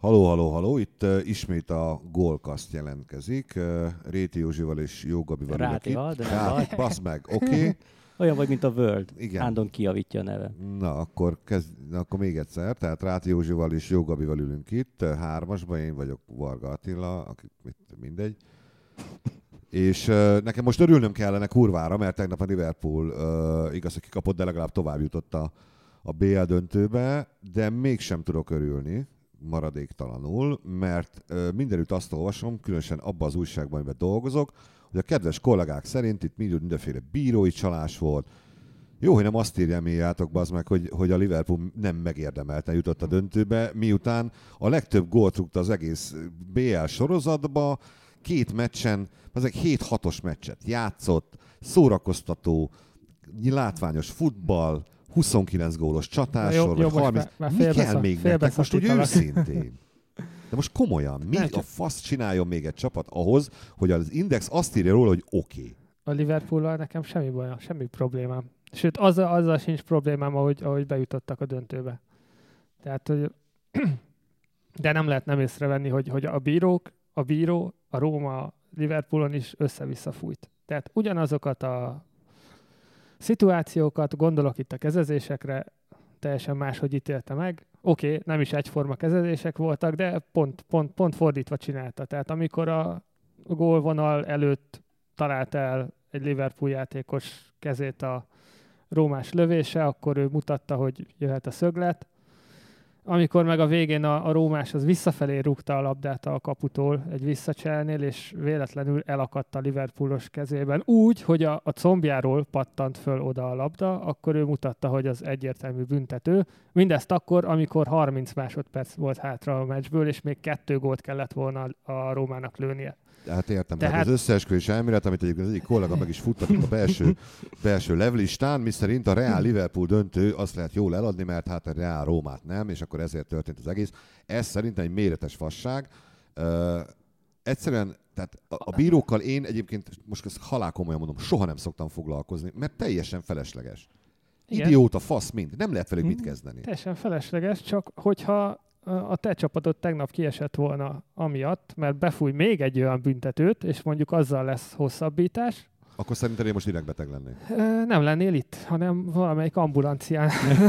Haló, itt ismét a Gólkaszt jelentkezik. Réti Józsival és Jó Gabival ülök itt. De nem vagy. Bassz meg, oké. Olyan vagy, mint a World. Igen. Ándon kijavítja a neve. Na, akkor még egyszer. Tehát Ráti Józsival és Jó Gabival ülünk itt. Hármasban én vagyok Varga Attila, akik mindegy. És nekem most örülnöm kellene kurvára, mert tegnap a Liverpool igaz, hogy kikapott, de legalább tovább jutott a BL döntőbe, de mégsem tudok örülni maradéktalanul, mert mindenütt azt olvasom, különösen abban az újságban, amiben dolgozok, hogy a kedves kollégák szerint itt mindenféle bírói csalás volt. Jó, hogy nem azt írjátok bazd meg, hogy a Liverpool nem megérdemelten jutott a döntőbe, miután a legtöbb gólt rúgta az egész BL sorozatba, 2 meccsen, azok 7-6-os meccset játszott, szórakoztató, látványos futball, 29 gólos csatásor, vagy 30... Mi kell még nektek most úgy őszintén? De most komolyan, mi a fasz csináljon még egy csapat ahhoz, hogy az Index azt írja róla, hogy oké. A Liverpool-al nekem semmi bajom, semmi problémám. Sőt, azzal sincs problémám, ahogy bejutottak a döntőbe. Tehát, hogy... De nem lehet nem észrevenni, hogy a bíró, a Róma Liverpoolon is össze-vissza fújt. Tehát ugyanazokat a szituációkat, gondolok itt a kezezésekre, teljesen máshogy ítélte meg. Oké, nem is egyforma kezezések voltak, de pont fordítva csinálta. Tehát amikor a gólvonal előtt talált el egy Liverpool játékos kezét a rómás lövése, akkor ő mutatta, hogy jöhet a szöglet. Amikor meg a végén a rómás az visszafelé rúgta a labdát a kaputól egy visszacselnél, és véletlenül elakadt a Liverpoolos kezében úgy, hogy a combjáról pattant föl oda a labda, akkor ő mutatta, hogy az egyértelmű büntető. Mindezt akkor, amikor 30 másodperc volt hátra a meccsből, és még 2 gólt kellett volna a Rómának lőnie. Hát értem, tehát az összeesküvés elmélet, amit egyébként az egyik kollega meg is futtatott a belső levlistán, miszerint a Real Liverpool döntő azt lehet jól eladni, mert hát a Real Rómát nem, és akkor ezért történt az egész. Ez szerintem egy méretes fasság. Egyszerűen, tehát a bírókkal én egyébként, most ezt halálkomolyan mondom, soha nem szoktam foglalkozni, mert teljesen felesleges. Igen. Idióta, fasz, mind. Nem lehet velük mit kezdeni. Teljesen felesleges, csak hogyha a te csapatod tegnap kiesett volna amiatt, mert befúj még egy olyan büntetőt, és mondjuk azzal lesz hosszabbítás. Akkor szerintem én most idegbeteg lennék. Nem lennél itt, hanem valamelyik ambulancián.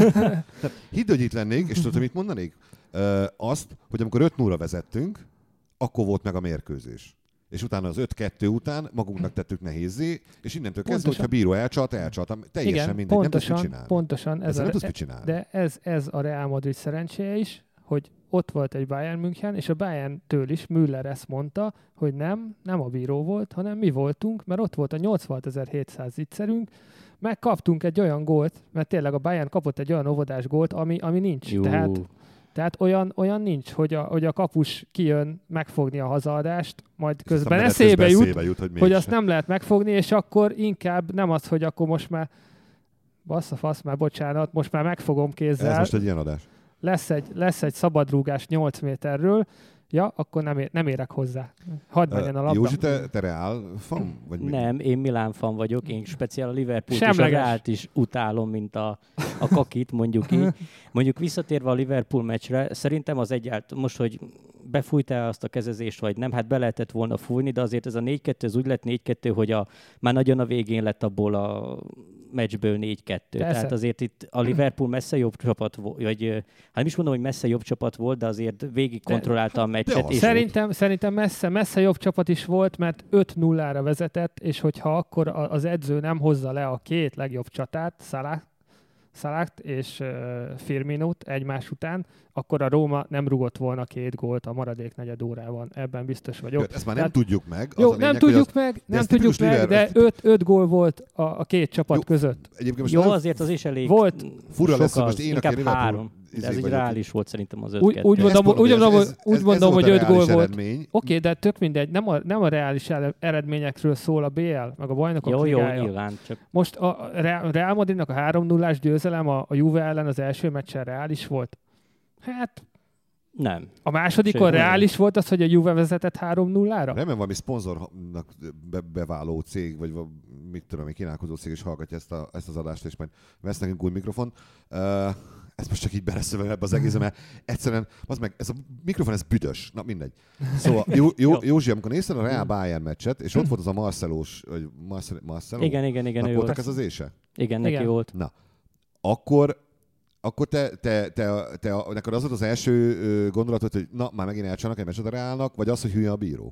Hidd, hogy itt lennék, és tudod, mit mondanék? Azt, hogy amikor 5-0-ra vezettünk, akkor volt meg a mérkőzés. És utána az 5-2 után magunknak tettük nehézzé, és innentől kezdve, hogyha bíró elcsaltam, teljesen igen, mindegy, nem tudsz mit csinálni. Pontosan. De ez a Real Madrid szerencséje is, hogy ott volt egy Bayern München, és a Bayerntől is Müller ezt mondta, hogy nem a bíró volt, hanem mi voltunk, mert ott volt a 86.700 zicserünk, megkaptunk egy olyan gólt, mert tényleg a Bayern kapott egy olyan óvodás gólt, ami nincs. Tehát olyan nincs, hogy a kapus kijön megfogni a hazaadást, majd közben eszébe jut, hogy azt nem lehet megfogni, és akkor inkább nem az, hogy akkor most már bassza fasz, már bocsánat, most már megfogom kézzel. Ez most egy ilyen adás. Lesz egy szabadrúgás 8 méterről, ja, akkor nem érek hozzá. Hadd menjen a labda. Józsi, te Real fan? Vagy nem, én Milán fan vagyok, én speciál a Liverpoolt és a Reált is utálom, mint a kakit, mondjuk így. Mondjuk visszatérve a Liverpool meccsre, szerintem az most, hogy befújta azt a kezezést, vagy nem, hát be lehetett volna fújni, de azért ez a 4-2, ez úgy lett 4-2, hogy már nagyon a végén lett abból a meccsből 4-2. Tehát azért itt a Liverpool messze jobb csapat volt, vagy hát nem is mondom, hogy messze jobb csapat volt, de azért végig kontrollálta a meccset. És szerintem messze jobb csapat is volt, mert 5-0-ra vezetett, és hogyha akkor az edző nem hozza le a 2 legjobb csatát, Szalát és Firminót egymás után, akkor a Róma nem rugott volna 2 gólt a maradék negyed órában. Ebben biztos vagyok. Ezt már nem tudjuk meg. Jó, nem tudjuk meg, de 5 gól volt a 2 csapat között. Jó, azért az is elég volt. Fura lesz, most én inkább 3. De ez így reális volt szerintem az 5-2. Úgy mondom, hogy 5 gól volt. Oké, de tök mindegy. Nem a reális eredményekről szól a BL, meg a bajnokok ligája. Jó, nyilván. Csak... Most a Real Madridnak a 3-0-ás győzelem a Juve ellen az első meccsen reális volt. Hát Nem. A másodikon reális volt az, hogy a Juve vezetett 3-0-ra? Remélem valami szponzornak beváló cég, vagy mit tudom, egy kínálkozó cég is hallgatja ezt az adást, és majd vesz nekünk új mikrofon. Ezt most csak így beleszövem ebbe az egészbe, mert egyszerűen, ez a mikrofon, ez büdös. Na mindegy. Szóval Józsi, amikor nézted a Real Bayern meccset, és ott volt az a Marcelós, vagy Marcelo? Igen. Voltak ez az ése? Igen, neki volt. Na, akkor neked az volt az első gondolatod, hogy na, már megint elcsalnak egy meccset a Reálnak, vagy az, hogy hülye a bíró?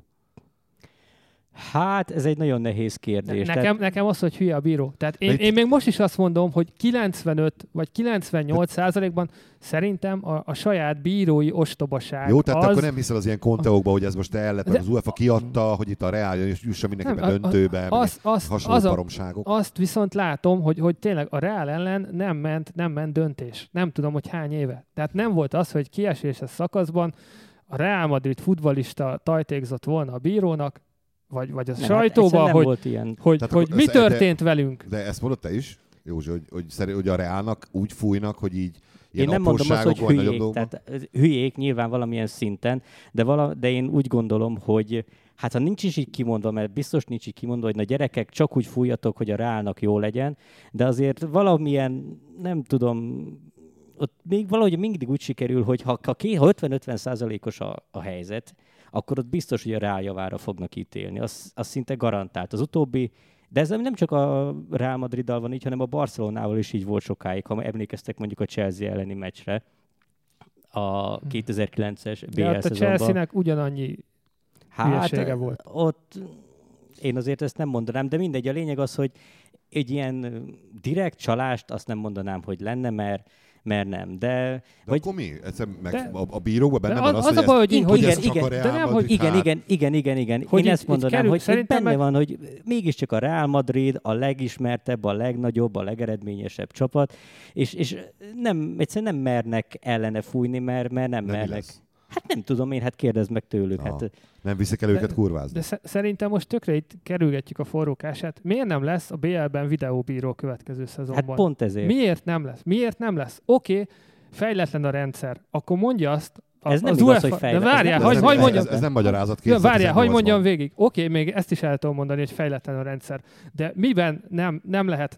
Hát, ez egy nagyon nehéz kérdés. Nekem az, hogy hülye a bíró. Tehát én még most is azt mondom, hogy 95 vagy 98%-ban szerintem a saját bírói ostobaság. Jó, tehát akkor nem hiszel az ilyen konteókba, hogy ez most ellepett, az UEFA kiadta, hogy itt a Real jusson mindenképpen döntőbe, hasonló baromságok. Azt viszont látom, hogy tényleg a Real ellen nem ment döntés. Nem tudom, hogy hány éve. Tehát nem volt az, hogy kieséses szakaszban a Real Madrid futballista tajtékzott volna a bírónak, vagy a sajtóban, hogy mi történt velünk. De ezt mondod te is, Józsi, hogy a Reálnak úgy fújnak, hogy így ilyen én nem mondom azt, hogy hülyék, tehát hülyék nyilván valamilyen szinten, de én úgy gondolom, hogy hát ha nincs is így kimondva, mert biztos nincs így kimondva, hogy na gyerekek, csak úgy fújjatok, hogy a Reálnak jó legyen, de azért valamilyen, nem tudom, ott még valahogy mindig úgy sikerül, hogy ha 50-50%-os a helyzet, akkor ott biztos, hogy a Real javára fognak ítélni. Az szinte garantált. Az utóbbi, de ez nem csak a Real Madriddal van így, hanem a Barcelonával is így volt sokáig, ha emlékeztek mondjuk a Chelsea elleni meccsre, a 2009-es BL szezonban. A Chelsea-nek ugyanannyi hülyesége volt. Ott én azért ezt nem mondanám, de mindegy, a lényeg az, hogy egy ilyen direkt csalást azt nem mondanám, hogy lenne, mert nem. De vagy, akkor mi? A bírókban benne van az, igen. Én ezt mondanám, hogy benne van, hogy mégiscsak a Real Madrid a legismertebb, a legnagyobb, a legeredményesebb csapat, és egyszerűen nem mernek ellene fújni, mert nem mernek. Hát nem tudom én, kérdezd meg tőlük. Nem viszik el őket kurvázni. De szerintem most tökre itt kerülgetjük a forrókását. Miért nem lesz a BL-ben videóbíró következő szezonban? Hát pont ezért. Miért nem lesz? Oké, fejletlen a rendszer. Akkor mondja azt, ez nem igaz, hogy fejletlen. Ez nem magyarázatkészlet. Várjál, hagyj mondjam végig. Oké, még ezt is el tudom mondani, hogy fejletlen a rendszer. De miben nem lehet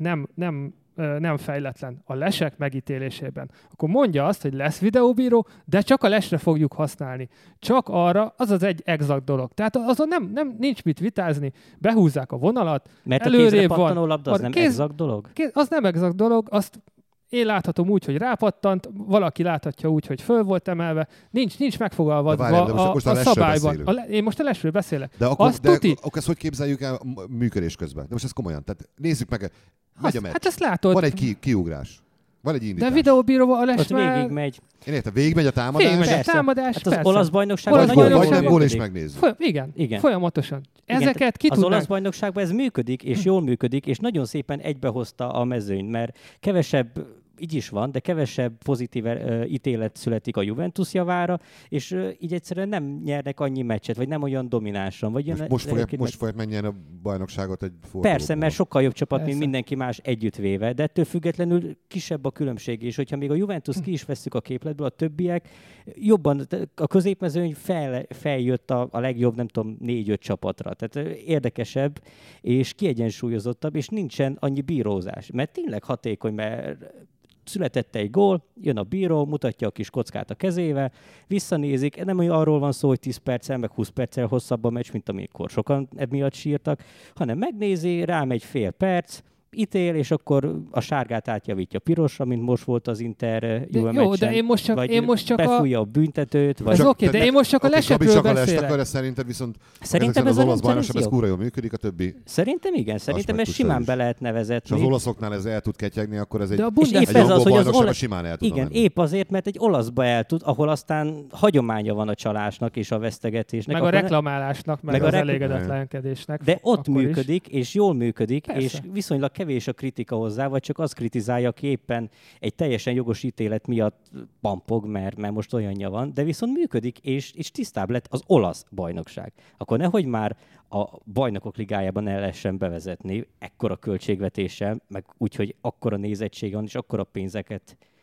nem fejletlen a lesek megítélésében. Akkor mondja azt, hogy lesz videóbíró, de csak a lesre fogjuk használni. Csak arra, az egy exakt dolog. Tehát azon nincs mit vitázni. Behúzzák a vonalat, mert a kézre pattanó labda az nem exakt dolog? Az nem exakt dolog, azt én láthatom úgy, hogy rápattant, valaki láthatja úgy, hogy föl volt emelve, nincs megfogalmazva a szabályban. Én most a lesről beszélek. De akkor ezt hogy képzeljük el működés közben? De most ez komolyan. Tehát nézzük meg, hát ezt látod. Van egy kiugrás. Van egy indítás. De videóbíróval a les már... végig megy. Én értem, végigmegy a támadás? Végigmegy a támadás, hát az olasz bajnokságban nagyon vagy nem gól, és megnézzük. Igen, folyamatosan. Ezeket ki tudnánk... Az olasz bajnokságban ez működik, és jól működik, és nagyon szépen egybehozta a mezőnyt, mert kevesebb, így is van, de kevesebb pozitív ítélet születik a Juventus javára, és így egyszerűen nem nyernek annyi meccset, vagy nem olyan dominánsan. Vagy most fogják megnyerni a bajnokságot egy fordulóban. Persze, mert sokkal jobb csapat, mint mindenki más együttvéve, de ettől függetlenül kisebb a különbség, és hogyha még a Juventus ki is vesszük a képletből, a többiek jobban, a középmezőny feljött a legjobb, nem tudom, 4-5 csapatra. Tehát érdekesebb, és kiegyensúlyozottabb, és nincsen annyi bírózás. Mert tényleg hatékony, mert született egy gól, jön a bíró, mutatja a kis kockát a kezével, visszanézik, nem arról van szó, hogy 10 perccel, meg 20 perccel hosszabb a meccs, mint amikor sokan emiatt sírtak, hanem megnézi, rámegy fél perc, ítél, és akkor a sárgát átjavítja pirosra, mint most volt az Inter Juve meccsen. Jó, de én most csak befújja a büntetőt. Ez oké, de én most csak a lesekről beszélek. Szerinted viszont szerintem ez az olasz bajnokság, ez kurva jól működik, a többi... Szerintem igen, szerintem ez simán be lehetne vezetni. És az olaszoknál ez el tud ketyegni, akkor ez egy angol bajnokságban simán el tud igen, épp azért, mert egy olaszba el tud, ahol aztán hagyománya van a csalásnak és a vesztegetésnek. Meg a reklamálásnak, meg az elégedetlenkedésnek. De ott működik, és jól működik, és viszonylag kevés a kritika hozzá, vagy csak azt kritizálja, aki éppen egy teljesen jogos ítélet miatt pampog, mert most olyanja van, de viszont működik, és tisztább lett az olasz bajnokság. Akkor nehogy már a bajnokok ligájában el lehessen bevezetni ekkora költségvetéssel, meg úgy, hogy akkora nézettség van, és akkora pénzeket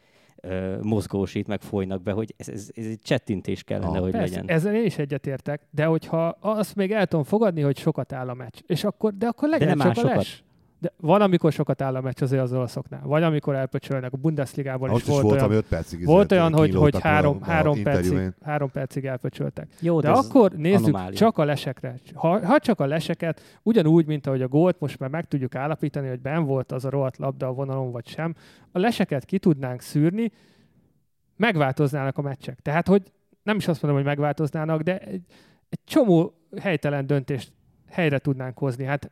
mozgósít, meg folynak be, hogy ez egy csettintés kellene, hogy persze, legyen. Ezzel én is egyetértek, de hogyha azt még el tudom fogadni, hogy sokat áll a meccs, és akkor, de akkor legyen csak a les. De van, amikor sokat áll a meccs azért az olaszoknál. Vagy amikor elpöcsölnek. A Bundesligában is volt olyan. 5 percig volt olyan, hogy 3 percig elpöcsöltek. Jó, de akkor nézzük anomália. Csak a lesekre. Ha csak a leseket, ugyanúgy, mint ahogy a gólt most már meg tudjuk állapítani, hogy benn volt az a rohadt labda a vonalon, vagy sem, a leseket ki tudnánk szűrni, megváltoznának a meccsek. Tehát, hogy nem is azt mondom, hogy megváltoznának, de egy csomó helytelen döntést helyre tudnánk hozni. Hát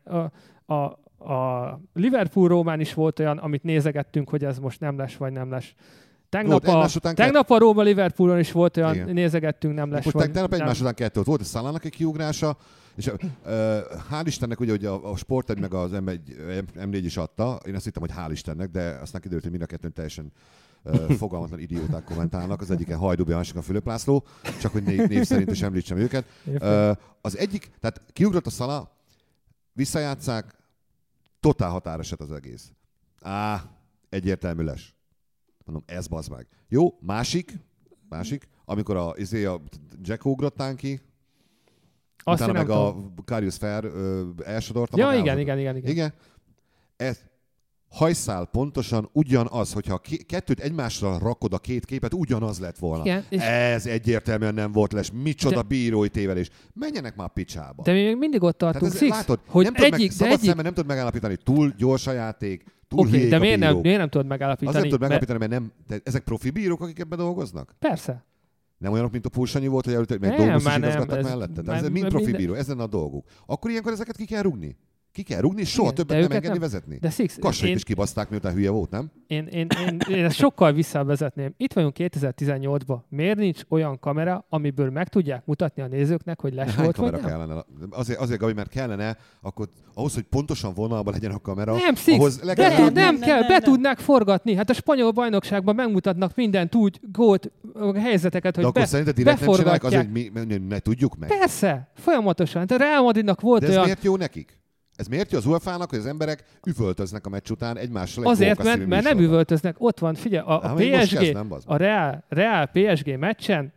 a Liverpool-Rómán is volt olyan, amit nézegettünk, hogy ez most nem lesz, vagy nem lesz. Tegnap a Róma-Liverpoolon is volt olyan, igen. Nézegettünk, nem lesz. Tegnap egymás után 2 volt a Salának egy kiugrása, és hál' Istennek, ugye, hogy a Sport1 meg az M4 is adta, én azt hittem, hogy hál' Istennek, de aztán kiderült, hogy mind a kettőn teljesen fogalmatlan idióták kommentálnak. Az egyik Hajdúbi, a másik a Fülöp László, csak hogy név szerint is említsem őket. Az egyik, tehát kiugrott a Salah, visszajátszák, totál határeset az egész. Egyértelmű les. Mondom, ez bazd meg. Jó, másik, amikor a Jack ugrottán ki, azt utána meg a Karius Fair elsodorta magához. Igen. Ez hajszál pontosan ugyanaz, hogyha kettőt egymásra rakod a két képet, ugyanaz lett volna. Igen, ez egyértelműen nem volt les. Micsoda bírói tévelés. Menjenek már picsába. De mi még mindig ott tartunk, látod, hogy szabad szemben nem tudod megállapítani, túl gyors a játék, túl hülyék de a bírók. miért nem tudod megállapítani? Azért nem tudod megállapítani, mert nem, ezek profi bírók, akik ebben dolgoznak? Persze. Nem olyanok, mint a Pulsanyi volt, hogy előtt meg dolgozni igazgattak mellette. Ez mind profi bíró, ez lenne a dolguk. Akkor ilyenkor ezeket ki kell rugni. Ki kell rugni, és soha többet nem engedni vezetni. Kassait is kibaszták, miután hülye volt, nem? Én ezt sokkal visszavezetném. Itt vagyunk 2018-ban. Miért nincs olyan kamera, amiből meg tudják mutatni a nézőknek, hogy les volt, vagy nem? Kellene? Azért, Gabi, mert kellene, akkor ahhoz, hogy pontosan vonalban legyen a kamera, nem, nem kell, be tudnák forgatni. Hát a spanyol bajnokságban megmutatnak mindent úgy, gólt, helyzeteket, hogy akkor szerinted direkt nem csinálják azért, hogy mi ne tudjuk meg? Persze, folyamatosan. Tehát Real Madridnak volt olyan... De ez miért jó nekik? Ez miért jó az UEFA-nak, hogy az emberek üvöltöznek a meccs után egymással? Azért, mert nem üvöltöznek. Ott van, figyelj, a PSG, a Real PSG meccsen,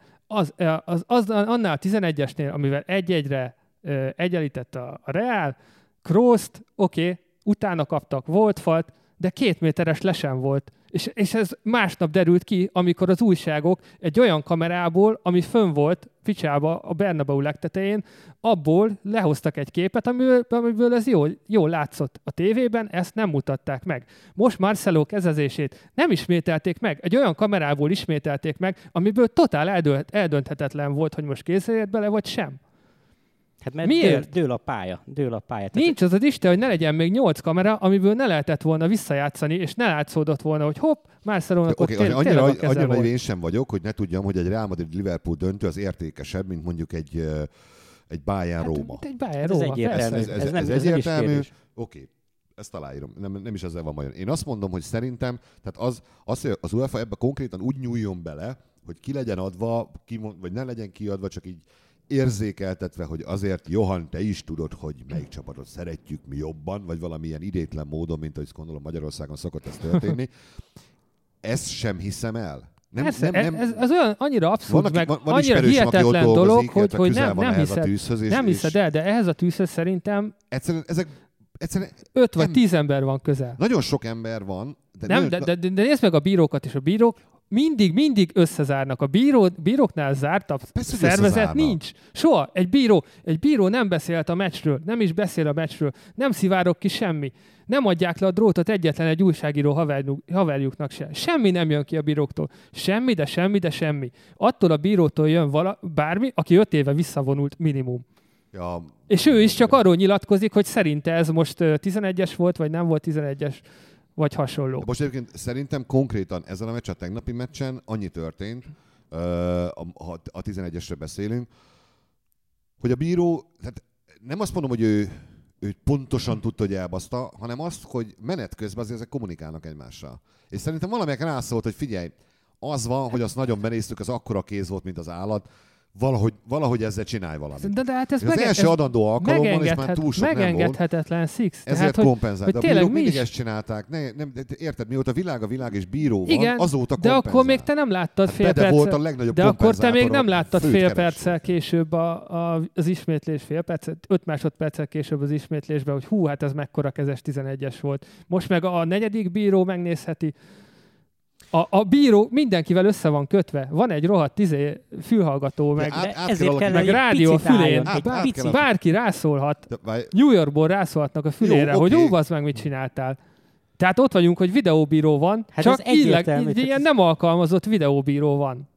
annál 11-esnél, amivel 1-1-re egyenlített a Real, Krooszt, utána kaptak, volt falt, de 2 méteres lesen volt. És ez másnap derült ki, amikor az újságok egy olyan kamerából, ami fönn volt Ficsába a Bernabeu legtetején, abból lehoztak egy képet, amiből ez jól látszott. A tévében ezt nem mutatták meg. Most Marcelo kezezését nem ismételték meg. Egy olyan kamerából ismételték meg, amiből totál eldönthetetlen volt, hogy most készüljött bele, vagy sem. Hát mert miért? Dől a pálya. Nincs az Isten, hogy ne legyen még 8 kamera, amiből ne lehetett volna visszajátszani, és ne látszódott volna, hogy hopp, Marcelónak ott tényleg a keze volt. Én sem vagyok, hogy ne tudjam, hogy egy Real Madrid-Liverpool döntő az értékesebb, mint mondjuk egy Bayern-Róma. Egy Bayern-Róma. Ez egyértelmű. Oké. Ezt aláírom. Nem is ezzel van bajom. Én azt mondom, hogy szerintem, tehát hogy az UEFA ebbe konkrétan úgy nyúljon bele, hogy ki legyen adva, vagy ne legyen kiadva, csak így érzékeltetve, hogy azért, Johan, te is tudod, hogy melyik csapatot szeretjük mi jobban, vagy valamilyen idétlen módon, mint ahogy gondolom Magyarországon szokott ez történni. Ezt sem hiszem el. Ez olyan annyira abszurd, meg annyira hihetetlen dolog, hogy nem hiszed el, de ehhez a tűzhöz szerintem egyszerűen 5 vagy 10 ember van közel. Nagyon sok ember van. De nézd meg a bírókat, és a bírók mindig összezárnak. A bíróknál zártabb szervezet nincs. Soha. Egy bíró nem beszélt a meccsről, nem is beszél a meccsről, nem szivárok ki semmi. Nem adják le a drótot egyetlen egy újságíró haverjuknak se. Semmi nem jön ki a bíróktól. Semmi. Attól a bírótól jön bármi, aki 5 éve visszavonult minimum. Ja. És ő is csak arról nyilatkozik, hogy szerinte ez most 11-es volt, vagy nem volt 11-es. Vagy hasonló. De most egyébként szerintem konkrétan ezen a meccs, a tegnapi meccsen annyi történt, ha a 11-esről beszélünk, hogy a bíró, tehát nem azt mondom, hogy ő pontosan tudta, hogy elbaszta, hanem azt, hogy menet közben azért ezek kommunikálnak egymással. És szerintem valamelyek rászólt, hogy figyelj, az van, hogy azt nagyon benéztük, az akkora kéz volt, mint az állat, valahogy ezzel csinálj valamit. De hát ez az első adandó alkalommal, és már túl sok nem volt. Megengedhetetlen Six. Ezért kompenzál. De a bírók mindig ezt csinálták. Érted, mióta a világ és bíró van, igen, azóta kompenzál. De akkor még te nem láttad fél perccel. Volt a legnagyobb de akkor te még nem láttad fél perccel később az ismétlés, fél perccel, 5 másodperccel később az ismétlésben, hogy hú, hát ez mekkora kezes 11-es volt. Most meg a negyedik bíró megnézheti. A bíró mindenkivel össze van kötve. Van egy rohadt fülhallgató, meg rádió a fülén. Bárki rászólhat. New Yorkból rászólhatnak a fülére, jó, hogy bazd meg, mit csináltál. Tehát ott vagyunk, hogy videóbíró van, hát csak ilyen nem alkalmazott videóbíró van.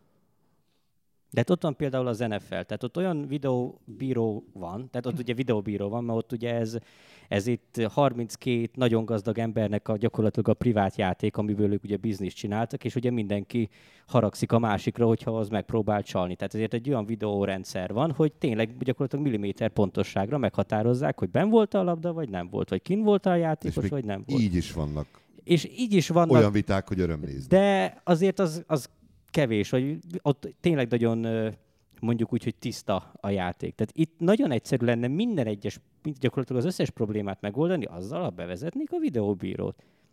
De ott van például az NFL, tehát ott olyan videóbíró van, tehát ott ugye videóbíró van, mert ott ugye ez itt 32 nagyon gazdag embernek gyakorlatilag a privát játék, amiből ők ugye bizniszt csináltak, és ugye mindenki haragszik a másikra, hogyha az megpróbál csalni. Tehát ezért egy olyan videórendszer van, hogy tényleg gyakorlatilag milliméter pontosságra meghatározzák, hogy benn volt a labda, vagy nem volt, vagy kin volt a játékos, vagy nem volt. Így is vannak. És így is vannak. Olyan viták, hogy öröm nézni. De azért az kevés, hogy ott tényleg nagyon mondjuk úgy, hogy tiszta a játék. Tehát itt nagyon egyszerű lenne minden egyes, gyakorlatilag az összes problémát megoldani azzal, ha bevezetnék a videóbírót.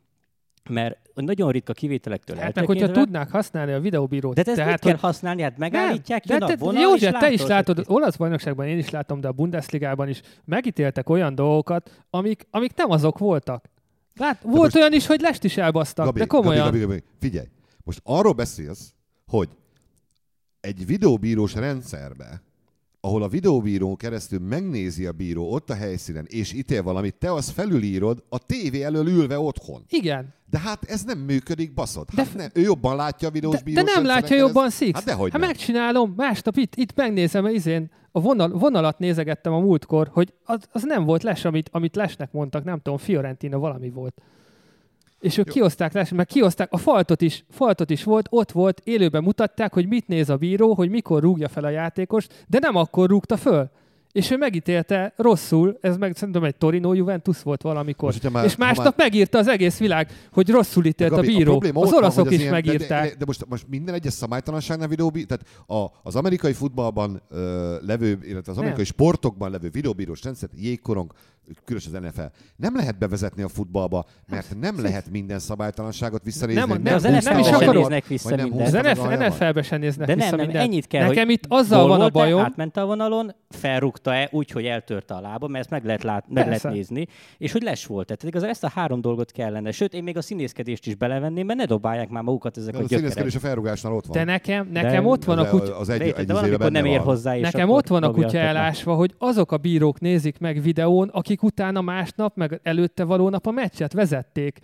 Mert nagyon ritka kivételektől eltekintve. Hát meg, hogyha tudnák használni a videóbírót. De ezt tehát, kell használni, hát megállítják, jön a vonal, jó, és te is látod, az olasz bajnokságban én is látom, de a Bundesligában is megítéltek olyan dolgokat, amik nem azok voltak. Volt olyan is, hogy lest is elbasztak, Gabi, de komolyan. Gabi, figyelj, most arról beszélsz, hogy egy videóbírós rendszerbe, ahol a videóbírón keresztül megnézi a bíró ott a helyszínen, és ítél valamit, te azt felülírod a tévé elől ülve otthon. Igen. De hát ez nem működik, baszod. Hát ő jobban látja a videós bírós. De nem látja jobban Six. Hát dehogy nem. Megcsinálom, másnap itt megnézem, a vonalat nézegettem a múltkor, hogy az nem volt les, amit lesnek mondtak, nem tudom, Fiorentina valami volt. És ők kihozták a faltot is volt, ott volt, élőben mutatták, hogy mit néz a bíró, hogy mikor rúgja fel a játékos, de nem akkor rúgta föl. És ő megítélte rosszul, ez meg szerintem egy Torino-Juventus volt valamikor. Most, és másnap megírta az egész világ, hogy rosszul ítélt a bíró. Az olaszok is megírták. De most minden egyes szabálytalanságnál tehát az amerikai futballban levő, illetve az amerikai sportokban levő videóbírós rendszert, jégkorong, különösen az NFL. Nem lehet bevezetni a futballba, mert nem lehet minden szabálytalanságot visszanézni. Nem, az NFL-ben sem néznek vissza mindent. Az NFL-ben sem néznek vissza mindent. Ennyit kell, nekem itt azzal van a bajom. Átment a vonalon, felrúgta-e úgy, hogy eltörte a lába, mert ezt meg lehet nézni, és hogy les volt. Tehát igazából ezt a 3 dolgot kellene. Sőt, én még a színészkedést is belevenném, mert ne dobálják már magukat ezek a gyökerek. A színészkedés a felrúgásnál ott van. De nekem ott van a kutya. Nem ér hozzá, nekem ott van a kutya elásva, hogy azok a bírók nézik meg videón, akik utána másnap, meg előtte való nap a meccset vezették.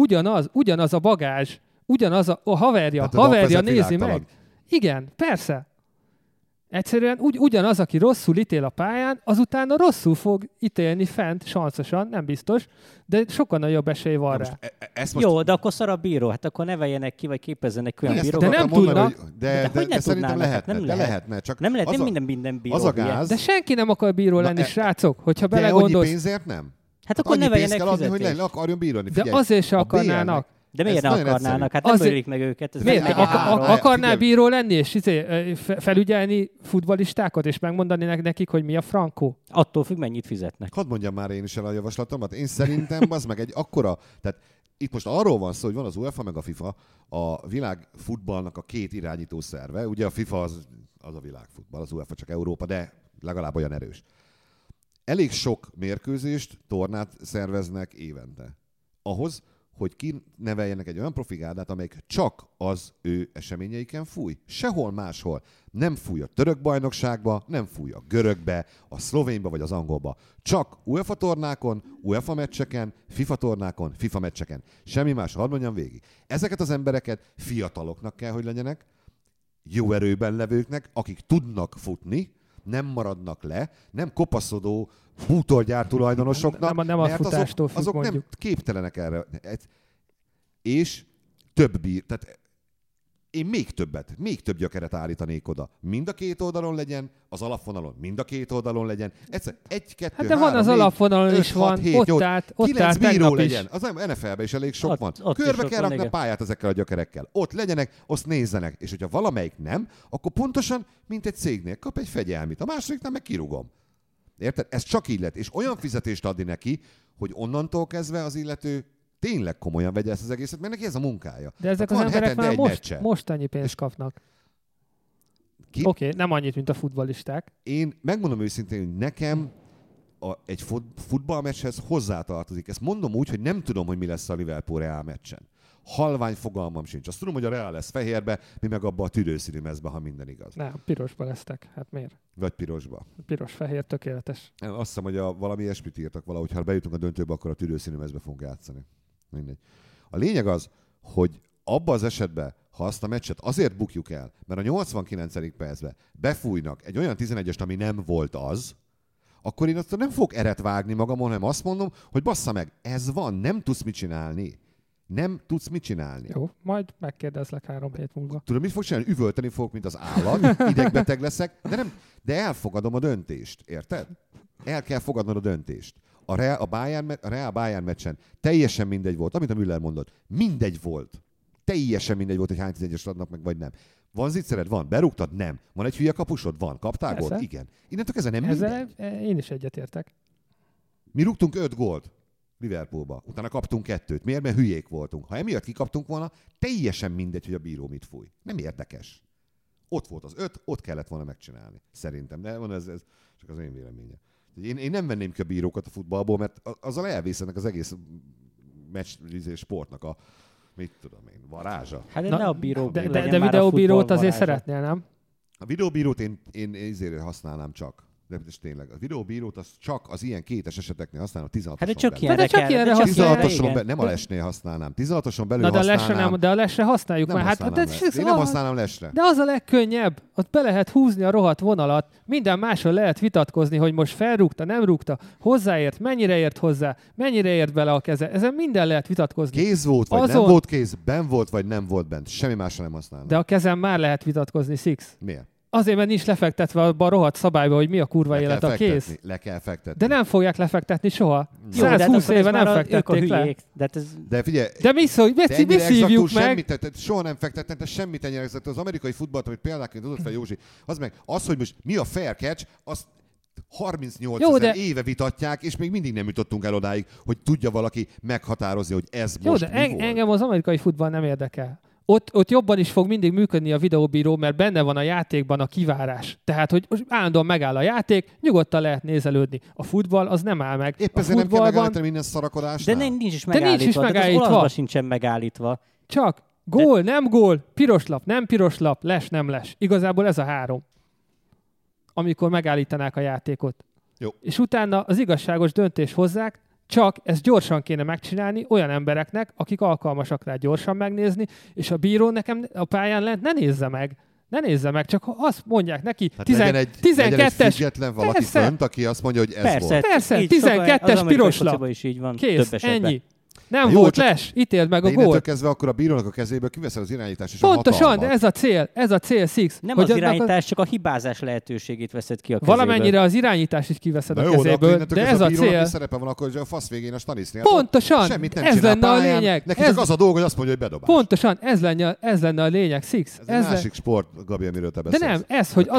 Ugyanaz a bagázs, ugyanaz a haverja nézi meg. Igen, persze. Egyszerűen ugyanaz, aki rosszul ítél a pályán, azután rosszul fog ítélni fent, sanszosan, nem biztos, de sokkal nagyobb esély van rá. Jó, de akkor szar a bíró, hát akkor neveljenek ki, vagy képezzenek olyan bírókat. De nem tudnak. De szerintem lehetne. Csak nem lehet, nem minden bíró. Az a gáz. De senki nem akar bíró lenni, srácok, hogyha belegondolsz. De annyi pénzért nem? Hát akkor neveljenek fizetést. Hogy le akarjon bírni. De azért se akarnának. De miért ne akarnának? Hát nem ölik meg őket. Akarnál bíró lenni, és felügyelni futballistákat, és megmondani nekik, hogy mi a frankó? Attól függ, mennyit fizetnek. Hadd mondjam már én is el a javaslatomat. Én szerintem az meg egy akkora... Tehát itt most arról van szó, hogy van az UEFA meg a FIFA, a világ futballnak a 2 irányító szerve. Ugye a FIFA az a világfutball, az UEFA csak Európa, de legalább olyan erős. Elég sok mérkőzést, tornát szerveznek évente. Ahhoz, hogy kineveljenek egy olyan profigárdát, amelyik csak az ő eseményeiken fúj. Sehol máshol. Nem fúj a török bajnokságba, nem fúj a görögbe, a szlovénba vagy az angolba. Csak UEFA tornákon, UEFA meccseken, FIFA tornákon, FIFA meccseken. Semmi más, hadd mondjam végig. Ezeket az embereket fiataloknak kell, hogy legyenek, jó erőben levőknek, akik tudnak futni, nem maradnak le, nem kopaszodó bútorgyár tulajdonosoknak, nem mert azok nem képtelenek erre. És több bír. Tehát Én még több gyökeret állítanék oda. Mind a két oldalon legyen, az alapvonalon mind a két oldalon legyen. Egyszer 1, 2, hát de 3, van az 4, alapvonalon 5, is 6, van, 7, ott 8, állt 9 bíró legyen. is. Az NFL-ben is elég sok van. Ott Körbe is kell van, rakni a igen. pályát ezekkel a gyökerekkel. Ott legyenek, azt nézzenek. És hogyha valamelyik nem, akkor pontosan, mint egy cégnél, kap egy fegyelmit. A másodiknál meg kirúgom. Érted? Ez csak így lett. És olyan fizetést adni neki, hogy onnantól kezdve az illető tényleg komolyan vegye ezt az egészet, mert neki ez a munkája. De ezek az emberek már most annyi pénzt kapnak. Oké, nem annyit, mint a futballisták. Én megmondom őszintén, hogy nekem egy futballmeccshez hozzátartozik. Ezt mondom úgy, hogy nem tudom, hogy mi lesz a Liverpool-Real meccsen. Halvány fogalmam sincs. Azt tudom, hogy a Real lesz fehérbe, mi meg abba a tüdőszínű mezbe, ha minden igaz. Nem, pirosba lesztek. Hát miért? Vagy pirosba. Piros-fehér, tökéletes. Azt hiszem, hogy valami ilyesmit írtak valahogy, ha bejutunk a döntőbe, akkor a tüdőszínű mezbe fogunk játszani. Mindegy. A lényeg az, hogy abban az esetben, ha azt a meccset azért bukjuk el, mert a 89. percben befújnak egy olyan 11-est, ami nem volt az, akkor én azt nem fogok eret vágni magamon, hanem azt mondom, hogy bassza meg, ez van, nem tudsz mit csinálni. Nem tudsz mit csinálni. Jó, majd megkérdezlek 3 hét múlva. Tudod, mit fog csinálni? Üvölteni fogok, mint az állat, idegbeteg leszek, de elfogadom a döntést, érted? El kell fogadnod a döntést. A Real Bayern meccsen teljesen mindegy volt, amit a Müller mondott. Mindegy volt. Teljesen mindegy volt, hogy hány 11-est adnak meg, vagy nem. Van zicsered? Van. Berúgtad? Nem. Van egy hülye kapusod? Van. Kaptál gólt? Igen. Innentől kezdve nem mindegy. Ezzel én is egyetértek. Mi rúgtunk 5 gólt Liverpoolba. Utána kaptunk 2-t. Miért? Mert hülyék voltunk. Ha emiatt kikaptunk volna, teljesen mindegy, hogy a bíró mit fúj. Nem érdekes. Ott volt az 5, ott kellett volna megcsinálni. Szerintem. De van ez csak az én véleményem. Én nem venném ki a bírókat a futballból, mert azzal elvészenek az egész meccs sportnak a, mit tudom én, varázsa. Hát de ne a bíró de videóbírót azért szeretnél, nem? A videóbírót én ezért használnám csak. De tényleg, a videóbírót az csak az ilyen kétes eseteknél használom, 16-oson hát de csak belül. ilyenre kell. 16-oson belül, nem a lesnél használnám. 16-oson belül használnám. De a lesre használjuk nem már. Én nem használnám lesre. De az a legkönnyebb. Ott be lehet húzni a rohadt vonalat. Minden másról lehet vitatkozni, hogy most felrúgta, nem rúgta, hozzáért, mennyire ért hozzá, mennyire ért bele a keze. Ezen minden lehet vitatkozni. Kéz volt, vagy nem volt kéz, benn volt, vagy nem volt bent. Semmi másra nem használnám. De a kezem már lehet vitatkozni, Six. Miért? Azért, mert nincs lefektetve abban a rohadt szabályba, hogy mi a kurva élet a kéz. Le kell fektetni. De nem fogják lefektetni soha. 120 éve nem fektették le. De figyelj, de mi szívjuk meg? Soha nem fektetnek, de semmit ennyire. Az amerikai futballt, amit például tudod fel Józsi, az, hogy most mi a fair catch, azt 38 000 éve vitatják, és még mindig nem jutottunk el odáig, hogy tudja valaki meghatározni, hogy ez most mi volt. Engem az amerikai futball nem érdekel. Ott jobban is fog mindig működni a videóbíró, mert benne van a játékban a kivárás. Tehát, hogy állandóan megáll a játék, nyugodtan lehet nézelődni. A futball az nem áll meg. Épp ezért nem kell megállítani minden szarakodásnál. De nincs is megállítva. De az olaszban sincsen megállítva. Csak gól, nem gól, piros lap, nem piros lap, les, nem les. Igazából ez a 3. Amikor megállítanák a játékot. Jó. És utána az igazságos döntés hozzák, csak ezt gyorsan kéne megcsinálni olyan embereknek, akik alkalmasak rá gyorsan megnézni, és a bíró nekem a pályán lent ne nézze meg, csak azt mondják neki, hát legyen egy 12-es... független valaki fönt, aki azt mondja, hogy ez volt. Persze, 12-es piros lap. Kész, ennyi. Nem volt les, ítéld meg a gólt. De innentől kezdve akkor a bírónak a kezéből kiveszed az irányítást és pontosan, a hatalmat. de ez a cél, Six. Nem az irányítás, csak a hibázás lehetőségét veszed ki a kezéből. Valamennyire az irányítás is kiveszed a kezéből, de ez a cél. Szerepe van akkor, hogy a fasz végén a Stanisnél. Pontosan, ez lenne a lényeg. Neki csak az a dolga, hogy azt mondja, hogy bedobás. Pontosan, ez lenne a lényeg, Six. Ez egy másik sport, Gabi, amiről te beszélsz. De nem, ez, hogy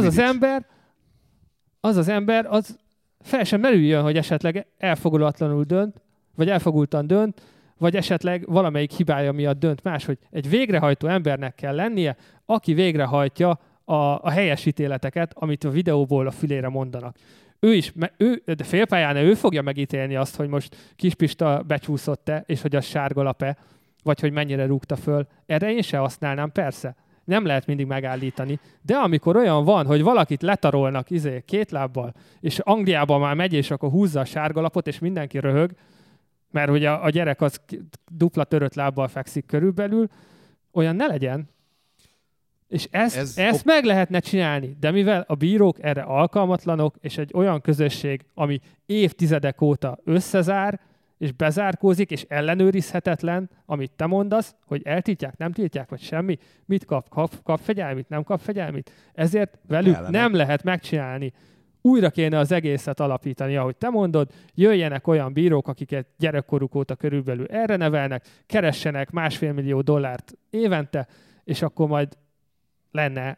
az ember, az fel sem merüljön, hogy esetleg elfogulatlanul dönt, vagy elfogultan dönt, vagy esetleg valamelyik hibája miatt dönt más, hogy egy végrehajtó embernek kell lennie, aki végrehajtja a helyes ítéleteket, amit a videóból a fülére mondanak. De félpályán ő fogja megítélni azt, hogy most Kispista becsúszott-e, és hogy az sárga lap-e, vagy hogy mennyire rúgta föl. Erre én se használnám, persze. Nem lehet mindig megállítani. De amikor olyan van, hogy valakit letarolnak 2 lábbal, és Angliában már megy, és akkor húzza a sárga lapot, és mindenki röhög, mert ugye a gyerek az dupla törött lábbal fekszik körülbelül, olyan ne legyen. És ezt meg lehetne csinálni, de mivel a bírók erre alkalmatlanok, és egy olyan közösség, ami évtizedek óta összezár, és bezárkózik, és ellenőrizhetetlen, amit te mondasz, hogy eltiltják, nem tiltják, vagy semmi, mit kap fegyelmit, nem kap fegyelmit. Ezért velük nem lehet megcsinálni. Újra kéne az egészet alapítani, ahogy te mondod, jöjjenek olyan bírók, akiket gyerekkoruk óta körülbelül erre nevelnek, keressenek $1,5 millió évente, és akkor majd lenne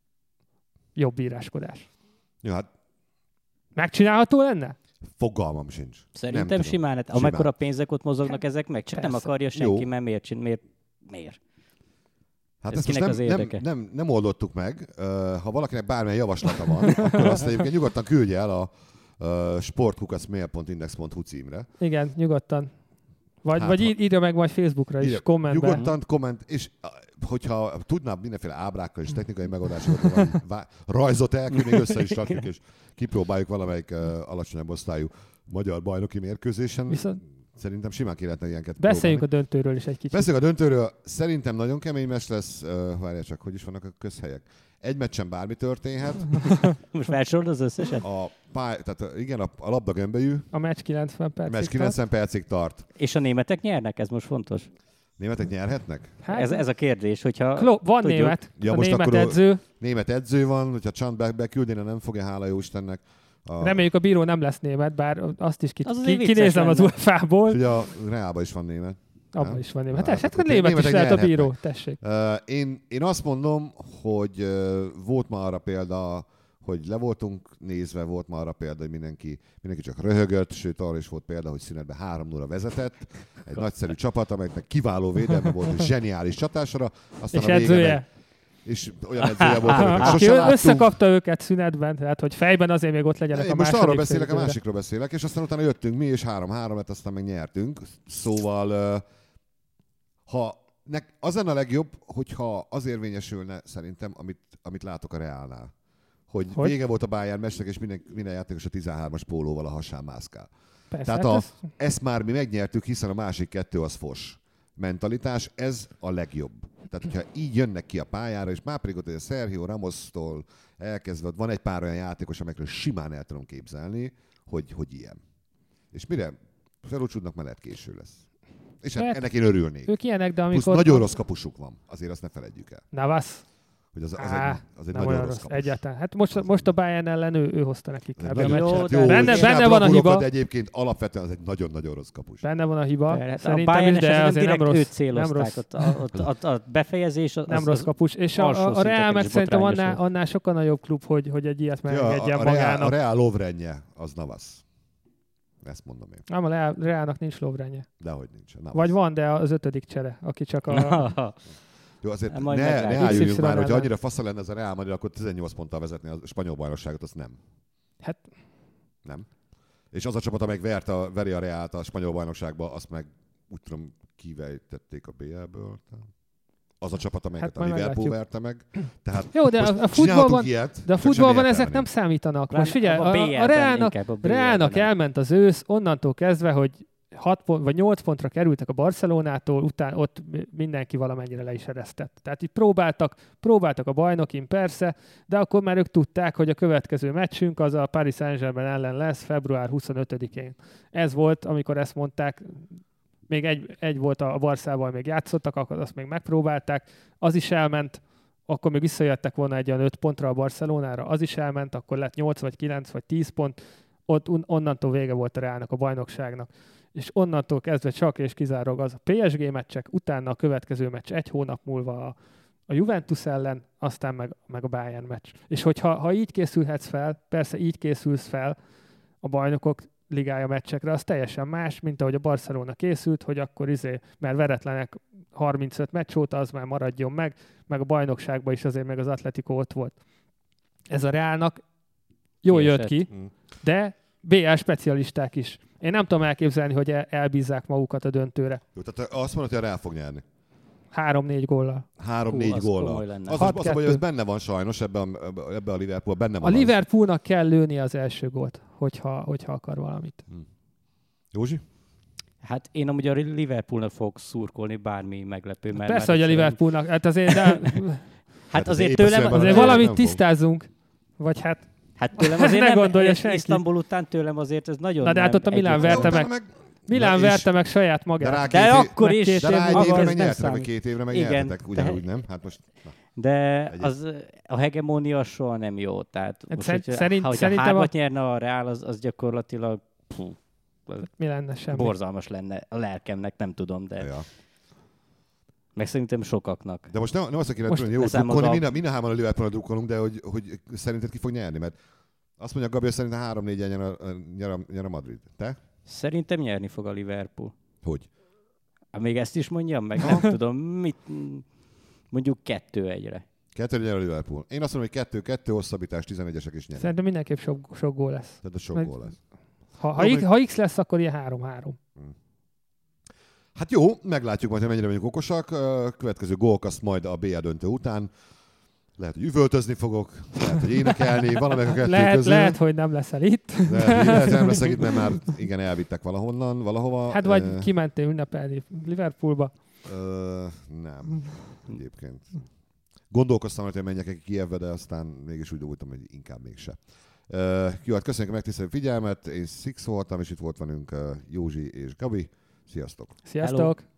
jobb bíráskodás. Ja, hát megcsinálható lenne? Fogalmam sincs. Szerintem simán. Amekkora pénzek ott mozognak ezek meg, csak persze. Nem akarja senki, jó. Mert miért? Hát ezt most nem oldottuk meg. Ha valakinek bármilyen javaslata van, akkor azt egyébként nyugodtan küldje el a sportkukacmail.index.hu címre. Igen, nyugodtan. Vagy írja meg majd Facebookra is, kommentben. Nyugodtan komment, és hogyha tudnám mindenféle ábrákkal és technikai megoldásokat, rajzot elküldni, össze is rakjuk, és kipróbáljuk valamelyik alacsonyabb osztályú magyar bajnoki mérkőzésen. Viszont szerintem simán ki lehetne ilyenket beszéljünk próbálni. A döntőről is egy kicsit. Beszéljünk a döntőről. Szerintem nagyon kemény meccs lesz. Várjál csak, hogy is vannak a közhelyek. Egy meccsen bármi történhet. Most felsorolod az összeset? Tehát igen, a labda gömbölyű. A meccs 90 percig tart. 90 percig tart. És a németek nyernek? Ez most fontos. Németek nyerhetnek? Hát, ez a kérdés, hogyha... Van tudjuk. Német. Ja, a most német edző. Német edző van, hogyha Csant beküldene, nem fogja, hála jó Istennek. Reméljük a bíró nem lesz német, bár azt is kinézem az UEFA-ból. Ugye a Reálban is van német. Abban is van német. Hát a német is lehet a bíró, tessék. Én azt mondom, hogy volt ma arra példa, hogy le voltunk nézve, volt ma arra példa, hogy mindenki csak röhögött, sőt arra is volt példa, hogy szünetben 3-0 vezetett. Egy nagyszerű csapat, amelynek kiváló védelme volt, és zseniális csatásra. Aztán és edzője. És olyan edzője volt, hogy sosem láttunk. Összekapta őket szünetben, tehát hogy fejben azért még ott legyenek a második. Most arról beszélek, a másikról beszélek, és aztán utána jöttünk mi, és 3-3-et aztán meg nyertünk. Szóval az lenne a legjobb, hogyha az érvényesülne szerintem, amit látok a Reálnál. Hogy vége volt a Bayern meccsnek, és minden játékos a 13-as pólóval a hasán mászkál. Persze, tehát ezt már mi megnyertük, hiszen a másik kettő az fos mentalitás, ez a legjobb. Tehát, hogyha így jönnek ki a pályára, és már pedig ott a Sergio Ramos-tól elkezdve, van egy pár olyan játékos, amelyekről simán el tudom képzelni, hogy ilyen. És mire felúcsúdnak, mellett késő lesz. És hát ennek én örülnék. Ők ilyenek, de amikor... Plusz nagyon rossz kapusuk van, azért azt ne feledjük el. Navas. Hogy az egy nagyon rossz kapus. Egyáltalán. Hát most a Bayern ellen ő hozta nekik. Benne van a hiba. De egyébként alapvetően az egy nagyon-nagyon rossz kapus. Benne van a hiba. Szerintem is, de azért nem rossz. Őt célozták. A befejezés az nem rossz kapus. És a Reál meg szerintem annál sokkal nagyobb klub, hogy egy ilyet megengedjen magának. A Reál Lovrenje az Navas. Ezt mondom én. Nem, a Reálnak nincs Lovrenje. Dehogy nincs. Navas. Vagy van, de az 5. csere, aki csak a... Jó, azért ne álljunk már, hogyha annyira fasza lenne ez a Real Madrid, akkor 18 ponttal vezetni a spanyol bajnokságot, azt nem. Hát... Nem. És az a csapat, amelyik veri a Reált a spanyol bajnokságba, azt meg úgy tudom kivejtették a BL-ből. Az a csapat, amelyiket a Liverpool verte meg. Tehát jó, de a futballban ezek nem számítanak. Most figyelj, a Reálnak elment az ősz, onnantól kezdve, hogy 6 pont, vagy 8 pontra kerültek a Barcelonától, utána ott mindenki valamennyire le is eresztett. Tehát itt próbáltak a bajnokin persze, de akkor már ők tudták, hogy a következő meccsünk az a Paris Saint-Germain ellen lesz február 25-én. Ez volt, amikor ezt mondták, még egy volt a Barszával, még játszottak, akkor azt még megpróbálták, az is elment, akkor még visszajöttek volna egy olyan 5 pontra a Barcelonára, az is elment, akkor lett 8 vagy 9 vagy 10 pont, ott onnantól vége volt a Reálnak, a bajnokságnak. És onnantól kezdve csak és kizárólag az a PSG meccsek, utána a következő meccs 1 hónap múlva a Juventus ellen, aztán meg a Bayern meccs. És hogyha így készülhetsz fel, persze így készülsz fel a bajnokok ligája meccsekre, az teljesen más, mint ahogy a Barcelona készült, hogy akkor mert veretlenek 35 meccs óta, az már maradjon meg a bajnokságban is azért meg az Atletico ott volt. Ez a Reálnak jól jött ki, de BL specialisták is. Én nem tudom elképzelni, hogy elbízzák magukat a döntőre. Jó, tehát azt mondod, hogy a Reál fog nyerni. 3-4 góllal. 3-4 góllal. Az, hogy ez benne van sajnos, ebbe a Liverpool benne van. A Liverpoolnak kell lőni az első gólt, hogyha akar valamit. Józsi? Hát én amúgy a Liverpoolnak fogok szurkolni, bármi meglepő. Persze, hogy a Liverpoolnak. Hát azért... hát azért tőlem... Azért valamit tisztázunk. Vagy Hát tőlem azért nem gondolja senki. Isztambul után tőlem azért ez nagyon... Na de hát ott a Milán verte meg. Milán verte meg saját magát. De akkor is. De rá egy évre megnyertetek, vagy 2 évre megnyertetek, ugyanúgy nem? Hát most... De az, a hegemónia soha nem jó. Tehát most, szerintem 3-at nyerne a Real, az gyakorlatilag mi lenne semmi. Borzalmas lenne a lelkemnek, nem tudom, de... Ja. Meg szerintem sokaknak. De most nem azt kéne tudni, hogy jó, drukkolni, minden hárman a Liverpoolra drukkolunk, de hogy szerinted ki fog nyerni? Mert azt mondja Gabi, hogy szerintem 3-4-en nyer a Madrid. Te? Szerintem nyerni fog a Liverpool. Hogy? Még ezt is mondjam meg? Nem tudom, mit... Mondjuk 2-1-re. 2-1 nyer a Liverpool. Én azt mondom, hogy 2-2 hosszabbítás, 11-esek is nyer. Szerintem mindenképp sok gól lesz. Tehát sok gól lesz. Ha X lesz, akkor ilyen 3-3. Hát jó, meglátjuk majd, hogy mennyire vagyunk okosak. Következő gólkaszt majd a BL döntő után. Lehet, hogy üvöltözni fogok, lehet, hogy énekelni, valamelyik a kettő közül. Lehet, hogy nem leszel itt. Lehet, hogy nem leszek itt, mert már igen, elvittek valahonnan, valahova. Hát vagy kimentél ünnepelni Liverpoolba. Nem, egyébként. Gondolkoztam, hogy menjek Kijevbe, de aztán mégis úgy voltam, hogy inkább mégse. Jó, hát köszönjük a megtisztelő figyelmet. Én Six voltam, és itt volt velünk Józsi és Gabi. Sziasztok! Sziasztok! Hello.